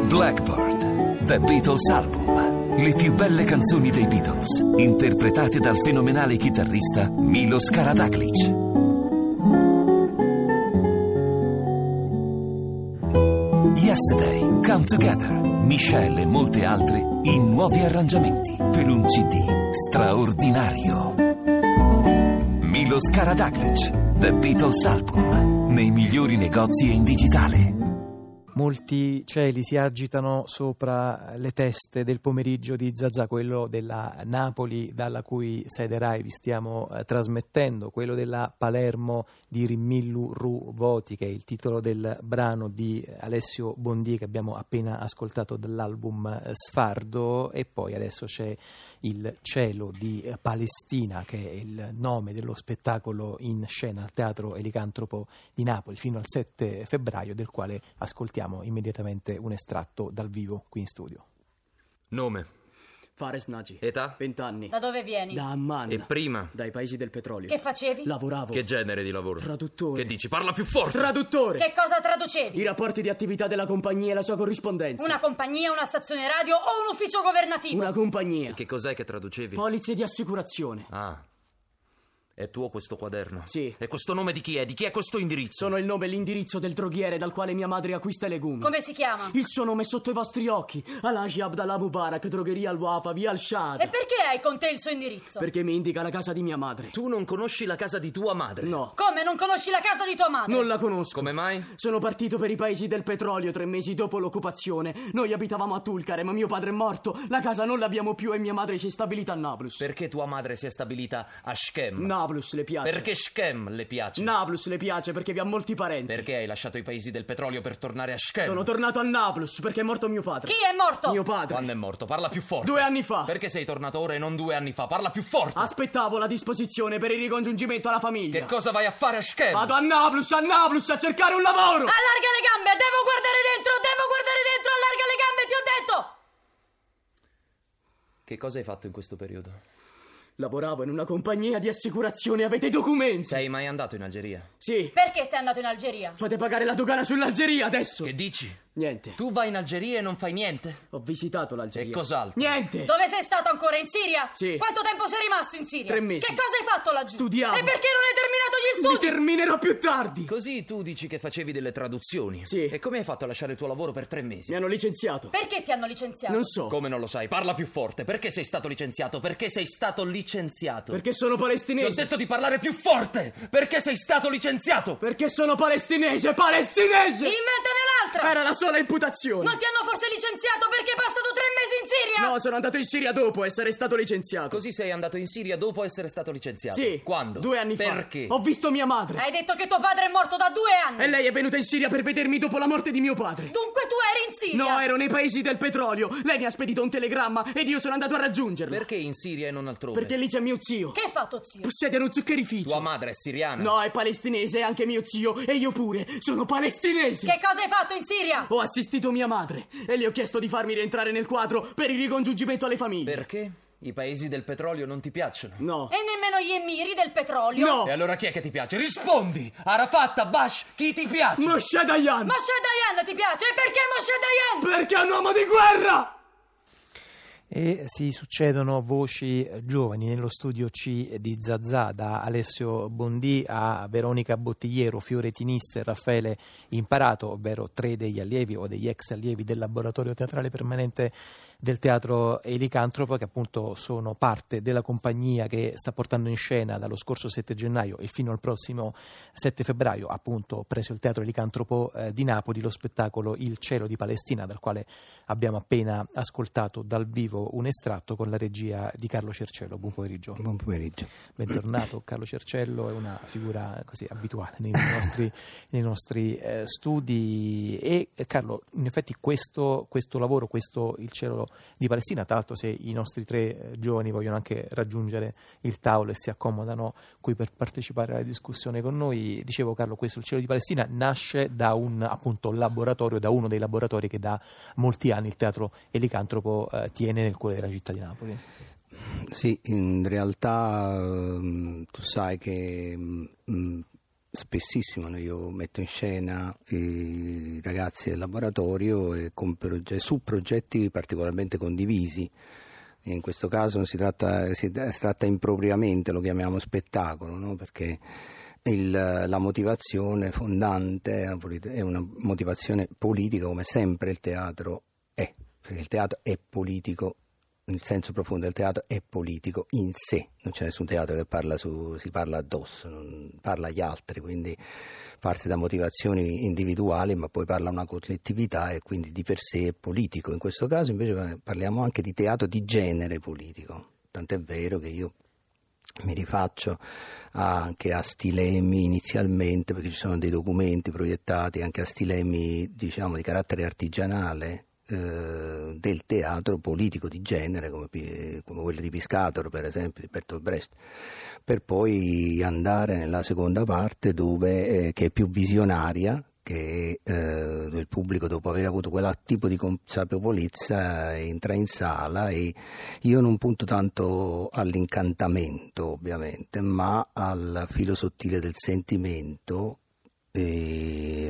Blackbird, The Beatles Album. Le più belle canzoni dei Beatles, interpretate dal fenomenale chitarrista Milos Karađagić. Yesterday, Come Together, Michelle e molte altre in nuovi arrangiamenti per un CD straordinario. Milos Karađagić, The Beatles Album, nei migliori negozi e in digitale. Molti cieli si agitano sopra le teste del pomeriggio di Zazà, quello della Napoli dalla cui sede Rai vi stiamo trasmettendo, quello della Palermo di Rimmillu Ru Voti, che è il titolo del brano di Alessio Bondì che abbiamo appena ascoltato dall'album Sfardo, e poi adesso c'è il cielo di Palestina, che è il nome dello spettacolo in scena al Teatro Elicantropo di Napoli fino al 7 febbraio, del quale ascoltiamo immediatamente un estratto dal vivo qui in studio. Nome. Fares Nagy. Età? 20 anni. Da dove vieni? Da Amman. E prima? Dai paesi del petrolio. Che facevi? Lavoravo. Che genere di lavoro? Traduttore. Che dici? Parla più forte! Traduttore! Che cosa traducevi? I rapporti di attività della compagnia e la sua corrispondenza. Una compagnia, una stazione radio o un ufficio governativo? Una compagnia. E che cos'è che traducevi? Polizze di assicurazione. Ah. È tuo questo quaderno? Sì. E questo nome di chi è? Di chi è questo indirizzo? Sono il nome e l'indirizzo del droghiere dal quale mia madre acquista i legumi. Come si chiama? Il suo nome è sotto i vostri occhi. Alhaji Abdallah Mubarak, drogheria Al-Wafa, via Al-Shad. E perché hai con te il suo indirizzo? Perché mi indica la casa di mia madre. Tu non conosci la casa di tua madre? No. Come, non conosci la casa di tua madre? Non la conosco. Come mai? Sono partito per i paesi del petrolio 3 mesi dopo l'occupazione. Noi abitavamo a Tulkarem, mio padre è morto. La casa non l'abbiamo più e mia madre si è stabilita a Nablus. Perché tua madre si è stabilita a Shkem? Nablus le piace. Perché Shkem le piace? Nablus le piace perché vi ha molti parenti. Perché hai lasciato i paesi del petrolio per tornare a Shkem? Sono tornato a Nablus perché è morto mio padre. Chi è morto? Mio padre. Quando è morto? Parla più forte. 2 anni fa. Perché sei tornato ora e non 2 anni fa? Parla più forte. Aspettavo la disposizione per il ricongiungimento alla famiglia. Che cosa vai a fare a Shkem? Vado a Nablus a cercare un lavoro. Allarga le gambe, devo guardare dentro, allarga le gambe, ti ho detto! Che cosa hai fatto in questo periodo? Lavoravo in una compagnia di assicurazione, avete i documenti? Sei mai andato in Algeria? Sì. Perché sei andato in Algeria? Fate pagare la dogana sull'Algeria adesso. Che dici? Niente. Tu vai in Algeria e non fai niente? Ho visitato l'Algeria. E cos'altro? Niente. Dove sei stato ancora? In Siria? Sì. Quanto tempo sei rimasto in Siria? 3 mesi. Che cosa hai fatto laggiù? Studiavo. E perché non hai terminato gli Li studi? terminerò più tardi. Così tu dici che facevi delle traduzioni? Sì. E come hai fatto a lasciare il tuo lavoro per 3 mesi? Mi hanno licenziato. Perché ti hanno licenziato? Non so. Come non lo sai? Parla più forte. Perché sei stato licenziato? Perché sei stato licenziato? Perché sono Ti ho palestinese. detto di parlare più forte! Perché sei stato licenziato? Perché sono palestinese. Palestinese! Inventane un'altra! Era la sola imputazione. Non ti hanno forse licenziato perché hai passato 3 mesi in Siria? No, sono andato in Siria dopo essere stato licenziato. Così sei andato in Siria dopo essere stato licenziato? Sì. Quando? 2 anni fa. Perché? Ho visto mia madre. Hai detto che tuo padre è morto da 2 anni! E lei è venuta in Siria per vedermi dopo la morte di mio padre. Dunque tu eri in Siria? No, ero nei paesi del petrolio. Lei mi ha spedito un telegramma ed io sono andato a raggiungerlo. Perché in Siria e non altrove? Perché lì c'è mio zio. Che hai fatto, zio? Possiede uno zuccherificio. Tua madre è siriana? No, è palestinese, anche mio zio. E io pure. Sono palestinese. Che cosa hai fatto in Siria? Ho assistito mia madre e le ho chiesto di farmi rientrare nel quadro per il ricongiungimento alle famiglie. Perché? I paesi del petrolio non ti piacciono? No. E nemmeno gli emiri del petrolio? No. E allora chi è che ti piace? Rispondi! Arafat, Abbas, chi ti piace? Moshe Dayan. Moshe Dayan ti piace? E perché Moshe Dayan? Perché è un uomo di guerra! E si succedono voci giovani nello studio C di Zazà, da Alessio Bondì a Veronica Bottigliero, Fiore Tinis e Raffaele Imparato, ovvero 3 degli allievi o degli ex allievi del laboratorio teatrale permanente del Teatro Elicantropo, che appunto sono parte della compagnia che sta portando in scena dallo scorso 7 gennaio e fino al prossimo 7 febbraio, appunto presso il Teatro Elicantropo di Napoli, lo spettacolo Il cielo di Palestina, dal quale abbiamo appena ascoltato dal vivo un estratto con la regia di Carlo Cercello. Buon pomeriggio. Buon pomeriggio. Bentornato. Carlo Cercello è una figura così abituale nei nostri studi, e Carlo, in effetti questo lavoro, Il cielo di Palestina, tra l'altro se i nostri 3 giovani vogliono anche raggiungere il tavolo e si accomodano qui per partecipare alla discussione con noi, dicevo Carlo, questo Il cielo di Palestina nasce da un appunto laboratorio, da uno dei laboratori che da molti anni il Teatro Elicantropo tiene nel cuore della città di Napoli. Sì, in realtà tu sai che spessissimo io metto in scena i ragazzi del laboratorio su progetti particolarmente condivisi. In questo caso si tratta impropriamente, lo chiamiamo spettacolo, no? Perché la motivazione fondante è una motivazione politica, come sempre il teatro è, perché il teatro è politico. Il senso profondo del teatro è politico in sé, non c'è nessun teatro che si parla addosso, non parla agli altri, quindi parte da motivazioni individuali, ma poi parla una collettività e quindi di per sé è politico. In questo caso invece parliamo anche di teatro di genere politico, tant'è vero che io mi rifaccio anche a stilemi inizialmente, perché ci sono dei documenti proiettati anche a stilemi, diciamo, di carattere artigianale, del teatro politico di genere come quello di Piscator, per esempio, di Bertolt Brecht, per poi andare nella seconda parte dove che è più visionaria, che il pubblico, dopo aver avuto quel tipo di consapevolezza, entra in sala, e io non punto tanto all'incantamento ovviamente, ma al filo sottile del sentimento e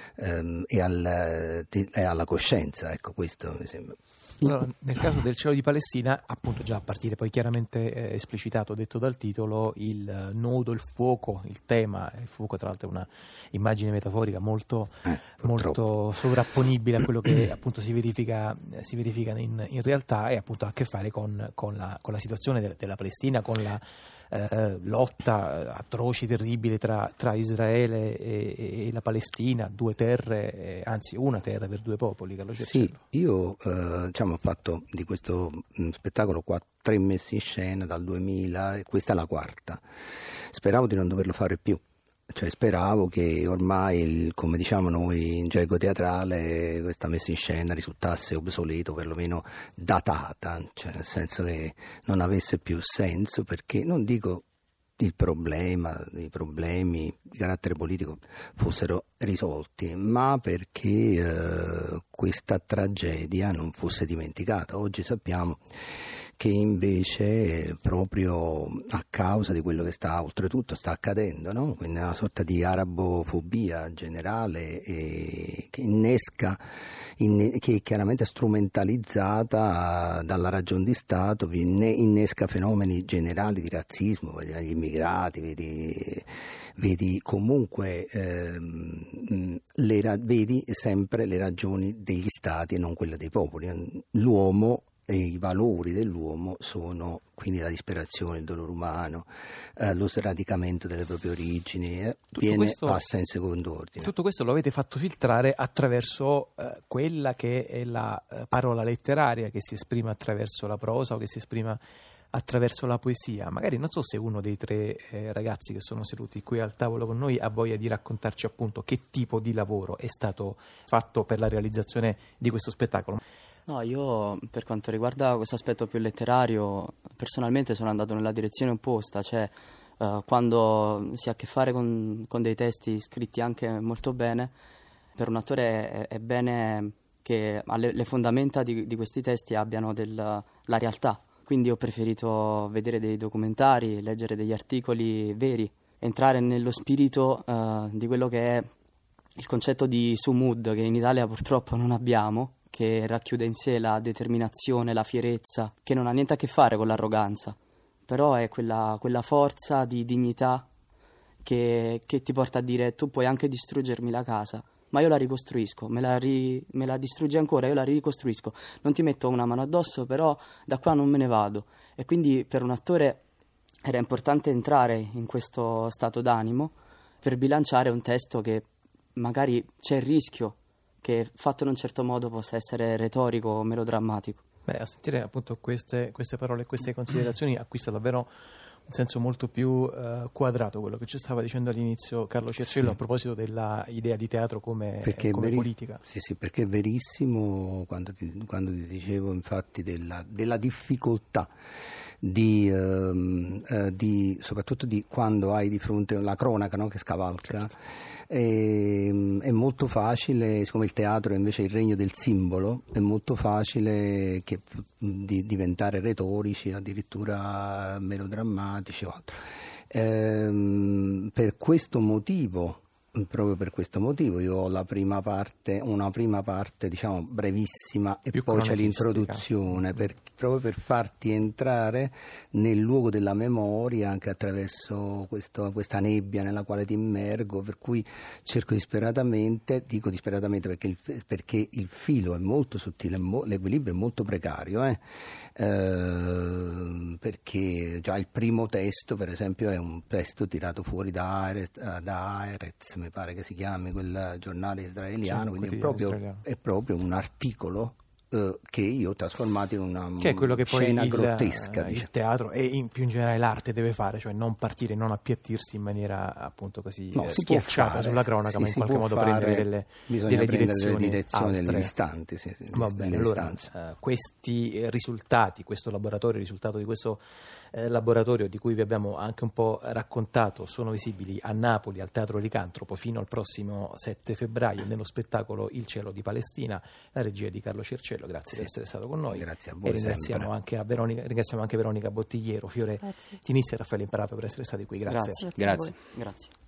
alla coscienza, ecco, questo mi sembra. Allora, nel caso del Cielo di Palestina, appunto, già a partire poi chiaramente esplicitato, detto dal titolo, il nodo, il fuoco, il tema, il fuoco tra l'altro è una immagine metaforica molto sovrapponibile a quello che appunto si verifica in realtà, e appunto ha a che fare con la situazione della Palestina, con la lotta atroce, terribile tra Israele e la Palestina, due terre, anzi una terra per due popoli. Carlo Cerciello. Sì, io ho fatto di questo spettacolo 3 messe in scena dal 2000 e questa è la quarta. Speravo di non doverlo fare più, cioè speravo che ormai, come diciamo noi in gergo teatrale, questa messa in scena risultasse obsoleto, perlomeno datata, cioè nel senso che non avesse più senso, perché non dico i problemi di carattere politico fossero risolti, ma perché questa tragedia non fosse dimenticata. Oggi sappiamo che invece proprio a causa di quello che oltretutto sta accadendo, no? Quindi una sorta di arabofobia generale che innesca, che è chiaramente strumentalizzata dalla ragion di Stato, innesca fenomeni generali di razzismo, gli immigrati, vedi comunque vedi sempre le ragioni degli Stati e non quelle dei popoli. L'uomo e i valori dell'uomo sono quindi la disperazione, il dolore umano, lo sradicamento delle proprie origini, passa in secondo ordine. Tutto questo lo avete fatto filtrare attraverso quella che è la parola letteraria, che si esprime attraverso la prosa o che si esprime attraverso la poesia. Magari non so se uno dei 3 ragazzi che sono seduti qui al tavolo con noi ha voglia di raccontarci appunto che tipo di lavoro è stato fatto per la realizzazione di questo spettacolo. No, io per quanto riguarda questo aspetto più letterario, personalmente sono andato nella direzione opposta, cioè quando si ha a che fare con dei testi scritti anche molto bene, per un attore è bene che le fondamenta di questi testi abbiano la realtà. Quindi ho preferito vedere dei documentari, leggere degli articoli veri, entrare nello spirito di quello che è il concetto di sumud, che in Italia purtroppo non abbiamo, che racchiude in sé la determinazione, la fierezza, che non ha niente a che fare con l'arroganza, però è quella forza di dignità che ti porta a dire: tu puoi anche distruggermi la casa, ma io la ricostruisco, me la distruggi ancora, io la ricostruisco, non ti metto una mano addosso, però da qua non me ne vado. E quindi per un attore era importante entrare in questo stato d'animo per bilanciare un testo che magari c'è il rischio che fatto in un certo modo possa essere retorico o melodrammatico. A sentire appunto queste parole e queste considerazioni acquista davvero un senso molto più quadrato quello che ci stava dicendo all'inizio Carlo Cerciello, sì, a proposito della idea di teatro come politica. Sì, perché è verissimo quando ti dicevo infatti della difficoltà soprattutto di quando hai di fronte la cronaca, no, che scavalca. È molto facile, siccome il teatro è invece il regno del simbolo, è molto facile di diventare retorici, addirittura melodrammatici o altro. Per questo motivo, proprio per questo motivo, io ho una prima parte diciamo brevissima, e più poi c'è cronotistica. l'introduzione, proprio per farti entrare nel luogo della memoria anche attraverso questa nebbia nella quale ti immergo, per cui cerco disperatamente, dico disperatamente perché il filo è molto sottile, l'equilibrio è molto precario, perché già il primo testo, per esempio, è un testo tirato fuori da Haaretz, mi pare che si chiami quel giornale israeliano, Sì, quindi israeliano. è proprio un articolo che io ho trasformato in una Che è quello che poi scena grottesca, il diciamo. teatro e più in generale l'arte deve fare, cioè non partire, non appiattirsi in maniera appunto così No, si può schiacciata fare, sulla cronaca, sì, ma in si qualche può modo fare, prendere bisogna delle prendere delle direzioni altre. degli istanti, Va bene, delle allora istanze. questi risultati, questo laboratorio, il risultato di questo laboratorio di cui vi abbiamo anche un po' raccontato, sono visibili a Napoli al Teatro Licantropo fino al prossimo 7 febbraio nello spettacolo Il cielo di Palestina, la regia di Carlo Circello. Grazie per essere stato con noi. Grazie a voi e ringraziamo sempre. ringraziamo anche Veronica Bottigliero, Fiore Tinisse e Raffaele Imparato per essere stati qui. Grazie. Grazie.